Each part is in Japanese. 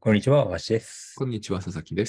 こんにちは、わしです。 こんにちは、佐々木です。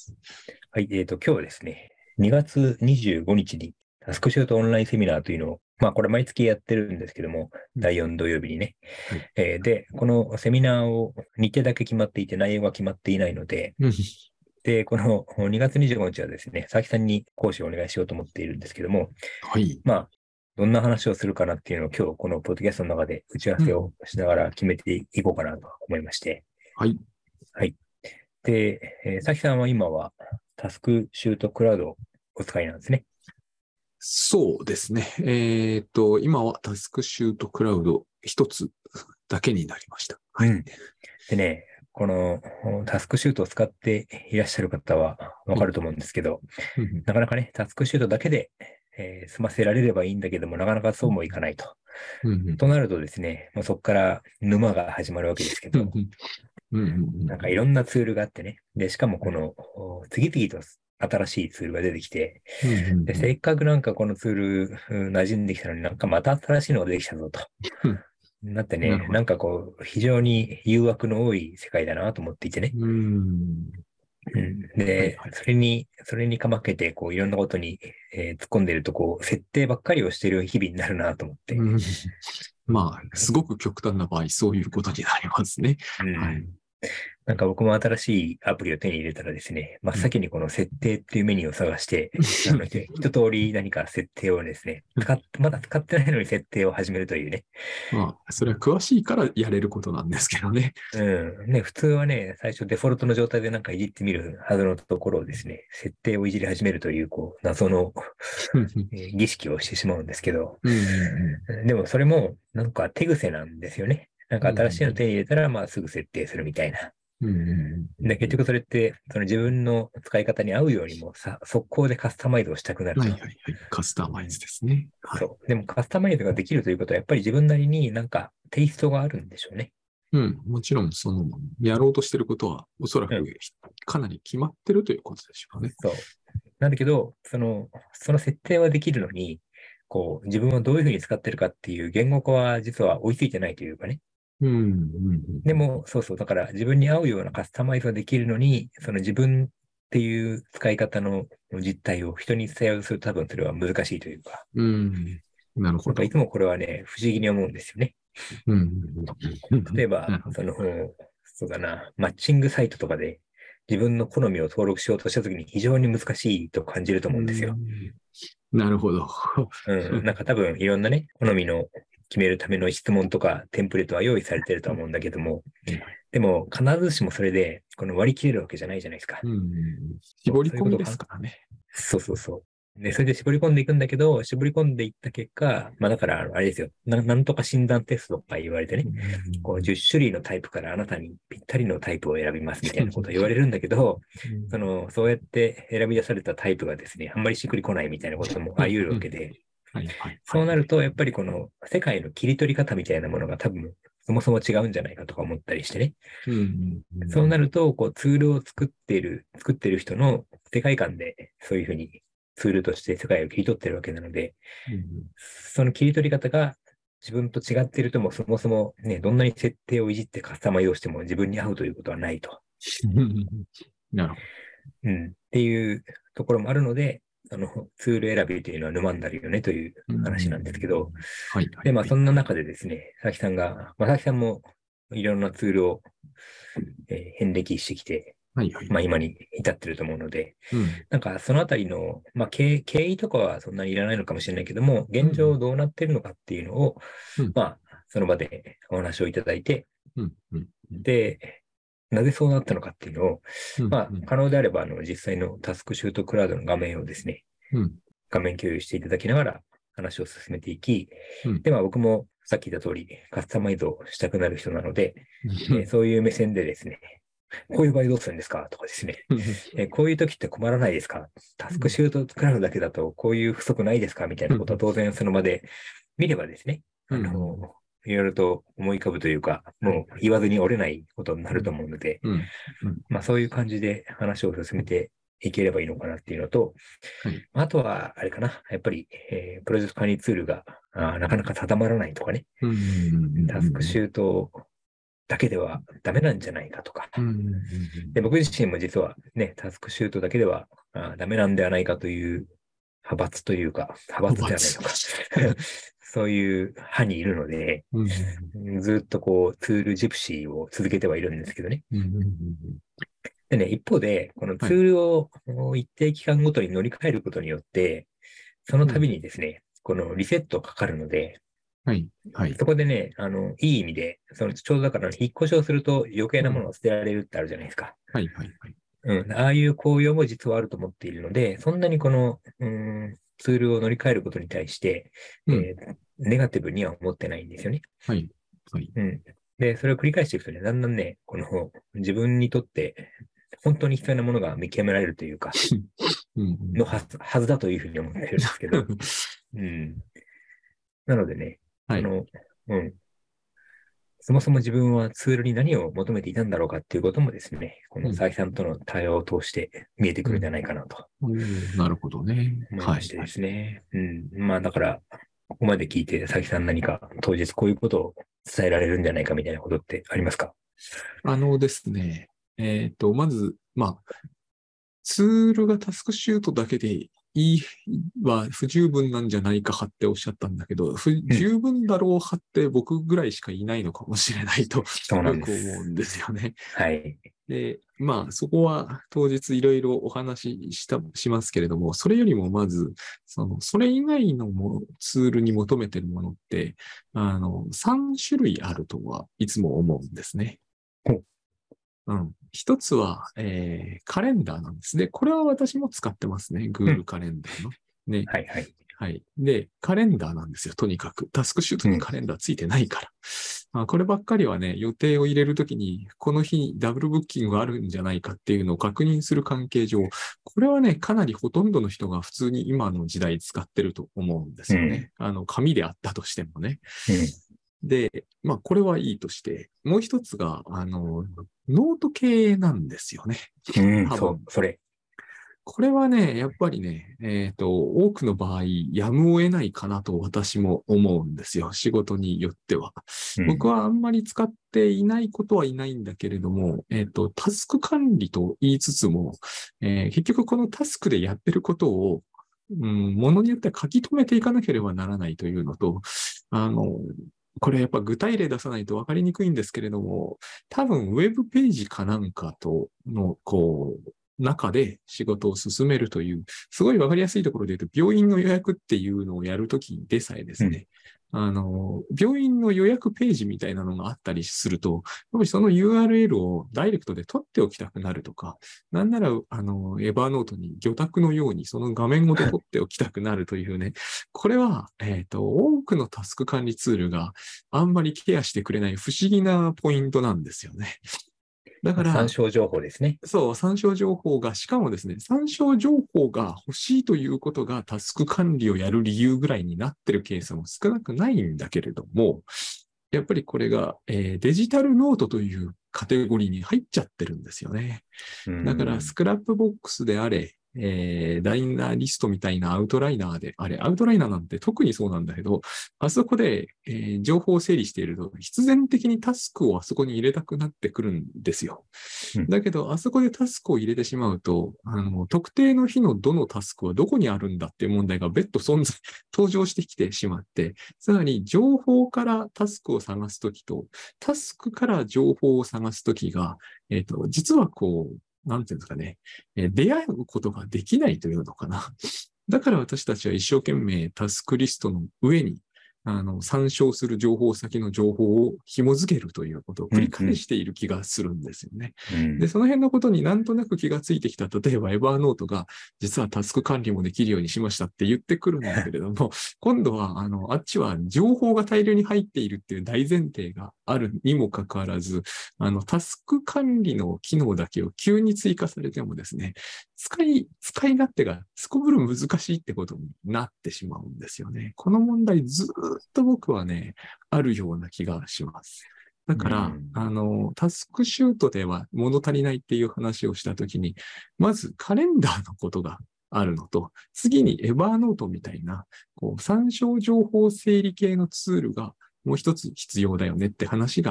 はい、今日はですね、2月25日にタスクシュートオンラインセミナーというのを、これ毎月やってるんですけども、 うん。 第4土曜日にね。 はい。 で、このセミナーを日程だけ決まっていて内容が決まっていないので、 うん。 で、この2月25日はですね、佐々木さんに講師をお願いしようと思っているんですけども、 はい。 まあ、どんな話をするかなっていうのを今日このポッドキャストの中で打ち合わせをうん。 しながら決めていこうかなと思いまして、 はい。 はい。で、佐々木さんは今はタスクシュートクラウドをお使いなんですね。 そうですね。今はタスクシュートクラウド一つだけになりました。はい。 うん。でね、このタスクシュートを使っていらっしゃる方はわうん。 かると思うんですけど、 うん。 なかなかね、タスクシュートだけで、済ませられればいいんだけども、なかなかそうもいかないと。 うん。 となるとですね、そこから沼が始まるわけですけうん。 ど、 うん。 なんかいろんなツールがあってね、で、しかもこの次々と新しいツールが出てきて、 うん。 で、せっかくなんかこのツール馴染んできたのになんかまた新しいのが出てきたぞと。 うん。 なってね、 なるほど。 なんかこう、非常に誘惑の多い世界だなと思っていてね。 うん。 うん、で、 はいはい。 それにかまけて、こう、いろんなことに、突っ込んでると、こう、設定ばっかりをしてる日々になるなと思って。 うん。まあ、すごく極端な場合、そういうことになりますね。 うはい。 ん。なんか僕も新しいアプリを手に入れたらですね、真っうん。 先にこの設定っていうメニューを探して、一通り何か設定をですね、まだ使ってないのに設定を始めるというね。 まあ、それは詳しいからやれることなんですけどね。 うん。ね、普通はね、最初デフォルトの状態でなんかいじってみるはずのところをですね、設定をいじり始めるという、こう、謎のうん。 儀式をしてしまうんですけど、 うん。 でもそれもなんか手癖なんですよね。なんうん。 か新しいの手に入れたら、すぐ設定するみたいな。 うん。 で、結局それって、その自分の使い方に合うようにも速攻でカスタマイズをしたくなると。 はいはいはい。カスタマイズうん。 ですね。はい。 そう。でもカスタマイズができるということは、やっぱり自分なりになんかテイストがあるんでしょうね。 うん。もちろん、やろうとしてることは、おそらくうん。 かなり決まってるということでしょうね。 そう。なんだけど、その設定はできるのに、こう、自分はどういうふうに使ってるかっていう言語化は実は追いついてないというかね。 うん。うん。 でも、そうそう、だから自分に合うようなカスタマイズができるのに、その自分っていう使い方の実態を人に伝えようとすると多分それは難しいというか、 うん。なるほど。 なんかいつもこれはね、不思議に思うんですよね。 うん。うん。 例えば、 なるほど。 そうだな、マッチングサイトとかで自分の好みを登録しようとしたときに非常に難しいと感じるとう思うんですよ。 ん。なるほど。 うん、なんか多分いろんなね、好みの決めるための質問とかテンプレートは用意されてると思うんだけども、でも必ずしもそれでこの割り切れるわけじゃないじゃないですか。 うん。 そう絞り込みですそういうことをからね。 そうそうそう。で、それで絞り込んでいくんだけど、絞り込んでいった結果、だから、あれですよ。なんとか診断テストとか言われてね、 うん。 こう、10種類のタイプからあなたにぴったりのタイプを選びますみたいなことを言われるんだけど、 うん。 そうやって選び出されたタイプがですね、あんまりしっくりこないみたいなこともあり得るわけで、 はいはいはい。 そうなると、やっぱりこの世界の切り取り方みたいなものが多分、そもそも違うんじゃないかとか思ったりしてね。 うん。うそうなん。 ると、こう、ツールを作っている人の世界観で、そういうふうにツールとして世界を切り取ってるわけなので、 うん。 その切り取り方が自分と違っているとも、そもそもね、どんなに設定をいじってカスタマイズをしても自分に合うということはないと。 なるほうん。っていうところもあるので、ツール選びというのは沼んだるよねというど。うん。 話なんですけど、 はいはいで、 はい。 そんな中でですね、佐々木さんもいろんなツールを、遍歴してきて、 はいはい。 今に至ってると思うので、 うん。 なんかそのあたりの、経緯とかはそんなにいらないのかもしれないけども、現状うん。 どうなってるのかっていうのを、 うん。 その場でお話をいただいて、 うん。うん。 で、なぜそうなったのかっていうのを、 うん。うん。 可能であれば、実際のタスクシュートクラウドの画面をですね、 うん。 画面共有していただきながら話を進めていき、 うん。 で、僕もさっき言った通り、カスタマイズをしたくなる人なので、 うん。 そういう目線でですね、こういう場合どうするんですかとかですね、こういう時って困らないですか、タスクシュートクラウドだけだとこういう不足ないですかみたいなことは当然その場で見ればですね、 うん。 いろいろと思い浮かぶというか、 はいもう言わずに折れないことになるとうん。 思うので、 うん。うん。 そういう感じで話を進めていければいいのかなっていうのと、 はい。 あとは、あれかな、やっぱり、プロジェクト管理ツールがなかなか定まらないとかね、 うん。うん。うん。 タスクシュートだけではダメなんじゃないかとか、 うんうんうんで、僕自身も実はね、タスクシュートだけではダメなんではないかという派閥というか、派閥ではないのかそういう派にいるので、 うんずっとこうツールジプシーを続けてはいるんですけどね。 うんうんうんうんでね、一方で、このはい。 ツールを一定期間ごとに乗り換えることによって、その度うん。 にですね、このリセットかかるので、 はい。はい。 そこでね、いい意味で、ちょうどだから引っ越しをすると余計うん。 なものを捨てられるってあるじゃないですか。 はい。はい。はい。 うん、ああいう効用も実はあると思っているので、そんなにこの、ツールを乗り換えることに対して、 うん。 ネガティブには思ってないんですよね。 はい。はい。 うん。で、それを繰り返していくとね、だんだんね、この自分にとって本当に必要なものが見極められるというか、 うん。 はずだというふうに思ってるんですけど、うん。なのでね、 はい。 この、うん。そもそも自分はツールに何を求めていたんだろうかっていうこともですね、このうん。 佐々木さんとの対話を通して見えてくるんじゃうん。 ないかなとなるほどね。はい。 思いましてではい。 すね。うん。まあだから、ここまで聞いて佐々木さん何か当日こういうことを伝えられるんじゃないかみたいなことってありますか？ ですね。まず、まあ、ツールがタスクシュートだけでいいは不十分なんじゃないか派っておっしゃったんだけど、 うん。 十分だろう派って僕ぐらいしかいないのかもしれないとそうよなんです。 く思うんですよね。 はい。 で、まあ、そこは当日いろいろお話しますけれども、それよりもまず、それ以外のツールに求めてるものって、3種類あるとはいつも思うんですね。 ほうん。一つは、カレンダーなんです。で、これは私も使ってますね。 うん。 Google カレンダーの。ね。 はいはい。 はい。で、カレンダーなんですよ。とにかく。タスクシュートうん。 にカレンダーついてないから。こればっかりはね、予定を入れるときに、この日ダブルブッキングがあるんじゃないかっていうのを確認する関係上、これはね、かなりほとんどの人が普通に今の時代使ってると思うんですうん。 よね。紙であったとしてもね。 うん。 で、まあ、これはいいとして、もう一つが、ノート系なんですよね。 うん。 多分。 そう。それ。 これはね、やっぱりね、多くの場合、やむを得ないかなと私も思うんですよ。仕事によっては。 うん。 僕はあんまり使っていないことはいないんだけれども、タスク管理と言いつつも、結局このタスクでやってることを、ものによっては書き留めていかなければならないというのと、あの、これやっぱ具体例出さないと分かりにくいんですけれども、多分ウェブページかなんかとの、中で仕事を進めるという、すごい分かりやすいところで言うと、病院の予約っていうのをやるときでさえでうん。 すね、病院の予約ページみたいなのがあったりすると、やっぱりその URL をダイレクトで取っておきたくなるとか、なんなら、エバーノートに魚拓のようにその画面ごと取っておきたくなるというね、これは、多くのタスク管理ツールがあんまりケアしてくれない不思議なポイントなんですよね。だか参ら、 照情報ですね。 そう、参照情報が、しかもですね、参照情報が欲しいということがタスク管理をやる理由ぐらいになってるケースも少なくないんだけれども、やっぱりこれが、デジタルノートというカテゴリーに入っちゃってるんですよね。 うだから、 ん。 スクラップボックスであれ、ダイナリストみたいなアウトライナーであれ、アウトライナーなんて特にそうなんだけど、あそこで、情報を整理していると、必然的にタスクをあそこに入れたくなってくるんですよ。 うん。 だけど、あそこでタスクを入れてしまうと、特定の日のどのタスクはどこにあるんだっていう問題が別途登場してきてしまって、つまり情報からタスクを探すときと、タスクから情報を探すときが、実はなんていうんですかね、出会うことができないというのかな。だから私たちは一生懸命タスクリストの上に、参照する情報先の情報を紐づけるということを繰りうん。うん。 返している気がするんですよね。で、 うん。 その辺のことになんとなく気がついてきた、例えばエバーノートが、実はタスク管理もできるようにしましたって言ってくるんだけれども、今度は、あっちは情報が大量に入っているっていう大前提があるにもかかわらず、タスク管理の機能だけを急に追加されてもですね、使い勝手がすこぶる難しいってことになってしまうんですよね。この問題ずっと僕はね、あるような気がします。だうから、 ん。 タスクシュートでは物足りないっていう話をしたときに、まずカレンダーのことがあるのと、次にエバーノートみたいな、参照情報整理系のツールがもう一つ必要だよねって話が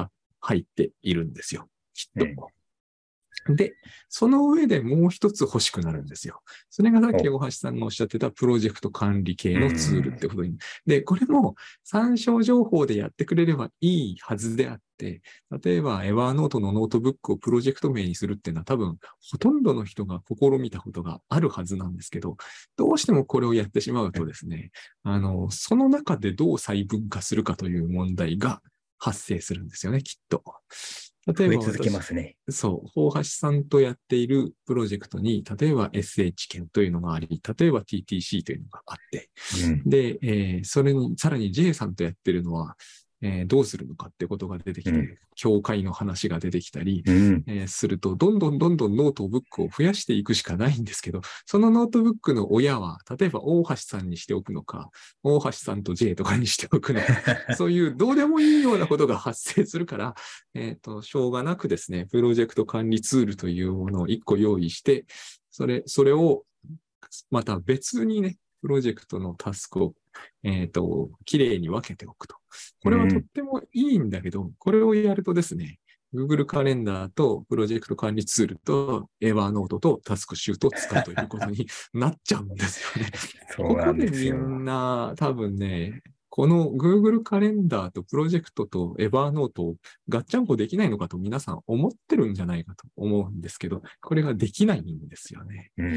入っているんですよ。きっうん。 と。で、その上でもう一つ欲しくなるんですよ。それがさっきお、 大橋さんがおっしゃってたプロジェクト管理系うのツールってん。 ことに。で、これも参照情報でやってくれればいいはずであって、例えばエヴァーノートのノートブックをプロジェクト名にするっていうのは多分ほとんどの人が試みたことがあるはずなんですけど、どうしてもこれをやってしまうとですね、その中でどう細分化するかという問題が発生するんですよね、きっと。例え増え続けまば私、 すね。 そう、大橋さんとやっているプロジェクトに、例えば SH 圏というのがあり、例えば TTC というのがあって、 うん。 で、それに、さらに J さんとやってるのは、どうするのかってことが出てきうん。 て、境界の話が出てきたり、 うん。 すると、どんどんどんどんノートブックを増やしていくしかないんですけど、そのノートブックの親は、例えば大橋さんにしておくのか、大橋さんと J とかにしておくのか、そういうどうでもいいようなことが発生するから、しょうがなくですね、プロジェクト管理ツールというものを1個用意して、それをまた別にね、プロジェクトのタスクを、きれいに分けておくと。これはとっうん。 てもいいんだけど、これをやるとですね、Google カレンダーとプロジェクト管理ツールと Evernote とタスクシュートを使うということになっちゃうんですよね。こそうなんでこでみすよ。 んな多分ね、この Google カレンダーとプロジェクトと Evernote をガッチャンコできないのかと皆さん思ってるんじゃないかと思うんですけど、これができないんですよね。 うん。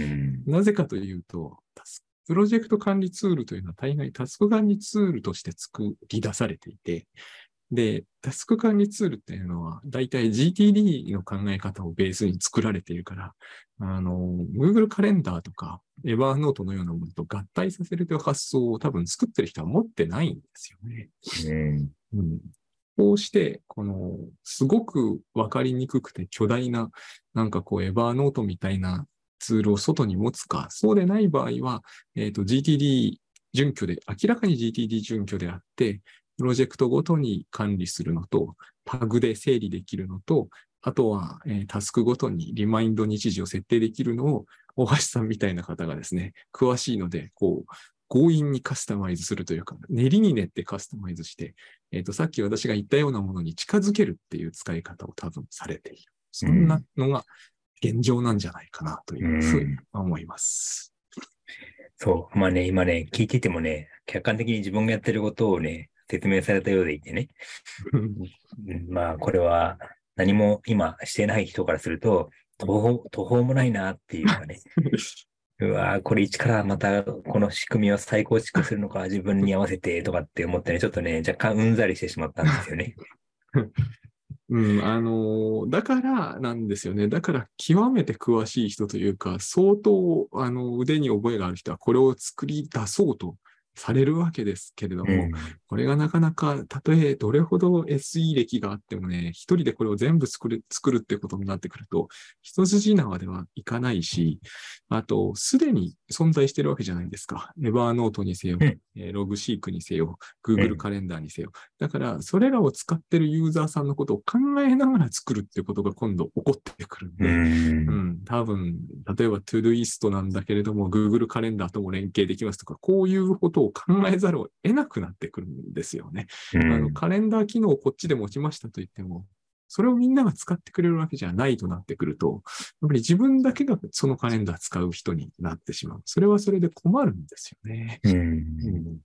なぜかというと、プロジェクト管理ツールというのは大概タスク管理ツールとして作り出されていて、で、タスク管理ツールっていうのは大体 GTD の考え方をベースに作られているから、Google カレンダーとか Evernote のようなものと合体させるという発想を多分作ってる人は持ってないんですよね。 うん。 うん、こうして、すごくわかりにくくて巨大な、なんかこう、エバーノートみたいなツールを外に持つか、そうでない場合は、GTD 準拠で、明らかに GTD 準拠であって、プロジェクトごとに管理するのと、タグで整理できるのと、あとは、タスクごとにリマインド日時を設定できるのを、大橋さんみたいな方がですね、詳しいので、こう、強引にカスタマイズするというか、練りに練ってカスタマイズして、さっき私が言ったようなものに近づけるっていう使い方を多分されている。そんなのが現状なんじゃないかなというふうに思います。 そう。まあね、今ね、聞いててもね、客観的に自分がやってることをね、説明されたようでいてね。まあ、これは何も今してない人からすると、途方もないなっていうかね。うわーこれ一からまたこの仕組みを再構築するのか、自分に合わせてとかって思ってね、ちょっとね、若干うんざりしてしまったんですよね。 うん、だからなんですよね。だから極めて詳しい人というか、相当、腕に覚えがある人はこれを作り出そうとされるわけですけれども、 うん。 これがなかなか、たとえどれほど SE 歴があってもね、一人でこれを全部作るってことになってくると、一筋縄ではいかないし、あと、すでに存在してるわけじゃないですか。エバーノートにせよ、 うん。 ログシークにせよ、 う Google ん。 カレンダーにせよ。だから、それらを使ってるユーザーさんのことを考えながら作るってことが今度起こってくるんうで、 ん。 多分、例えば Todoist なんだけれども、Google カレンダーとも連携できますとか、こういうことを考えざるを得なくなってくるんですよね。 うん。 カレンダー機能をこっちで持ちましたと言っても、それをみんなが使ってくれるわけじゃないとなってくると、やっぱり自分だけがそのカレンダー使う人になってしまう。それはそれで困るんですよね。 ううん。 ん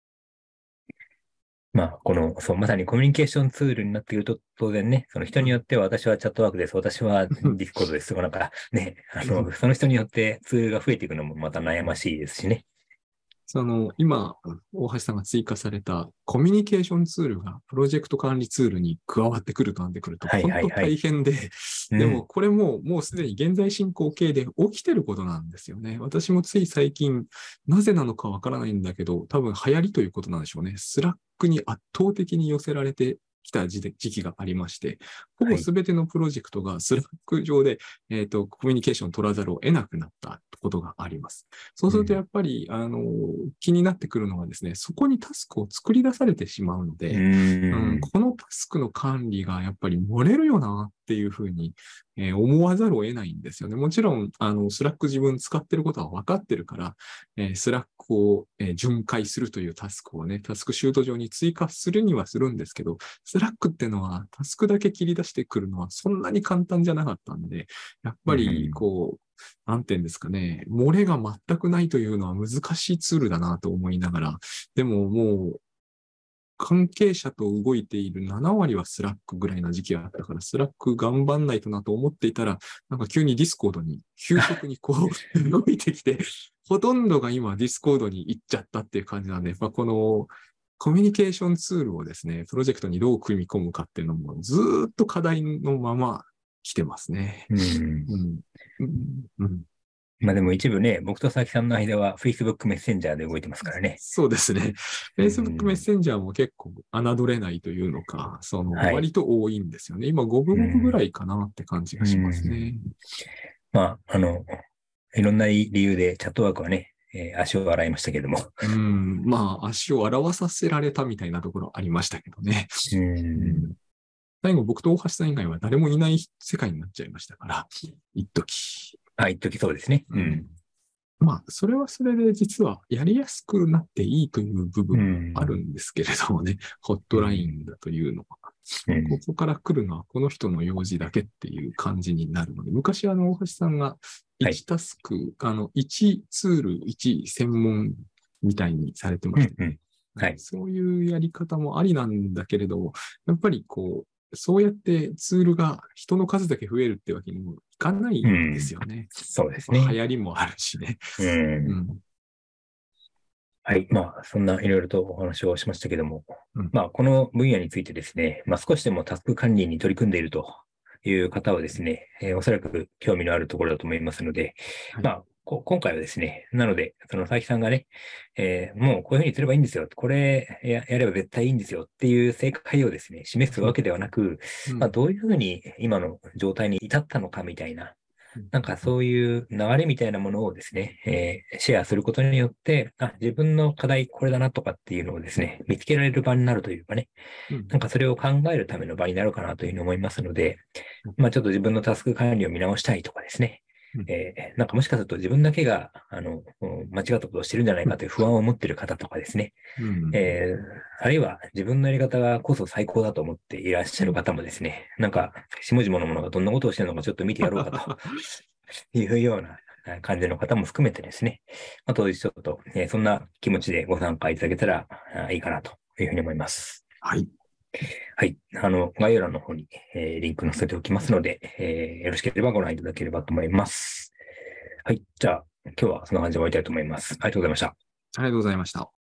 まあ、そう、まさにコミュニケーションツールになっていると、当然ね、その人によっては私はチャットワークです、私はディスコードですとか、なんかね、その人によってツールが増えていくのもまた悩ましいですしね。 今、大橋さんが追加されたコミュニケーションツールがプロジェクト管理ツールに加わってくるとなってくると、 はい本当はいはい。 大変で、でもうん。 これもうすでに現在進行形で起きてることなんですよね。私もつい最近、なぜなのかわからないんだけど、多分流行りということなんでしょうね。スラックに圧倒的に寄せられてきた時期がありまして、ほぼはい。 すべてのプロジェクトがスラック上で、コミュニケーションを取らざるを得なくなったことがあります。そうするとやうん。 っぱり、気になってくるのはですね、そこにタスクを作り出されてしまうのうで、 ん。 このタスクの管理がやっぱり漏れるよなっっていうふうに、思わざるを得ないんですよね。もちろん、スラック自分使ってることは分かってるから、スラックを、巡回するというタスクをね、タスクシュート上に追加するにはするんですけど、スラックってのはタスクだけ切り出してくるのはそんなに簡単じゃなかったんで、やっぱり、なんていうんですかね、漏れが全くないというのは難しいツールだなと思いながら、でももう、関係者と動いている7割はスラックぐらいな時期があったから、スラック頑張んないとなと思っていたら、なんか急にディスコードに、急速に動いてきて、ほとんどが今ディスコードに行っちゃったっていう感じなんで、このコミュニケーションツールをですね、プロジェクトにどう組み込むかっていうのもずーっと課題のまま来てますね。 まあでも一部ね、僕と佐々木さんの間は Facebook メッセンジャーで動いてますからね。 そうですね。Facebook メッセンジャーも結構侮れないというのか、割と多いんですよね。今5分ぐらいかなって感じがしますね。 まあ、いろんな理由でチャットワークはね、足を洗いましたけども。 まあ、足を洗わさせられたみたいなところありましたけどね。最後、僕と大橋さん以外は誰もいない世界になっちゃいましたから、一時。 一時そうですね。 まあ、それはそれで実はやりやすくなっていいという部分もあるんですけれどもね、ホットラインだというのは、ここから来るのはこの人の用事だけっていう感じになるので、昔大橋さんが1タスク、1ツール、1専門みたいにされてましたね。そういうやり方もありなんだけれども、やっぱりそうやってツールが人の数だけ増えるってわけにもいかないんですよね。 そうですね。 流行りもあるしね。 はい。まあ、そんないろいろとお話をしましたけども、まあ、この分野についてですね、まあ、少しでもタスク管理に取り組んでいるという方はですね、おそらく興味のあるところだと思いますので、まあ、今回はですね、なので、佐々木さんがね、もうこういうふうにすればいいんですよ。これやれば絶対いいんですよっていう正解をですね、示すわけではなく、まあ、どういうふうに今の状態に至ったのかみたいな、なんかそういう流れみたいなものをですね、シェアすることによって、自分の課題これだなとかっていうのをですね、見つけられる場になるというかね、なんかそれを考えるための場になるかなというふうに思いますので、まあちょっと自分のタスク管理を見直したいとかですね、なんかもしかすると自分だけが、間違ったことをしてるんじゃないかという不安を持っている方とかですね、あるいは自分のやり方がこそ最高だと思っていらっしゃる方もですね、なんか、下々の者がどんなことをしてるのかちょっと見てやろうかというような感じの方も含めてですね、当日ちょっと、そんな気持ちでご参加いただけたらいいかなというふうに思います。 はい。 はい。概要欄の方に、リンク載せておきますので、よろしければご覧いただければと思います。はい。じゃあ、今日はそんな感じで終わりたいと思います。ありがとうございました。 ありがとうございました。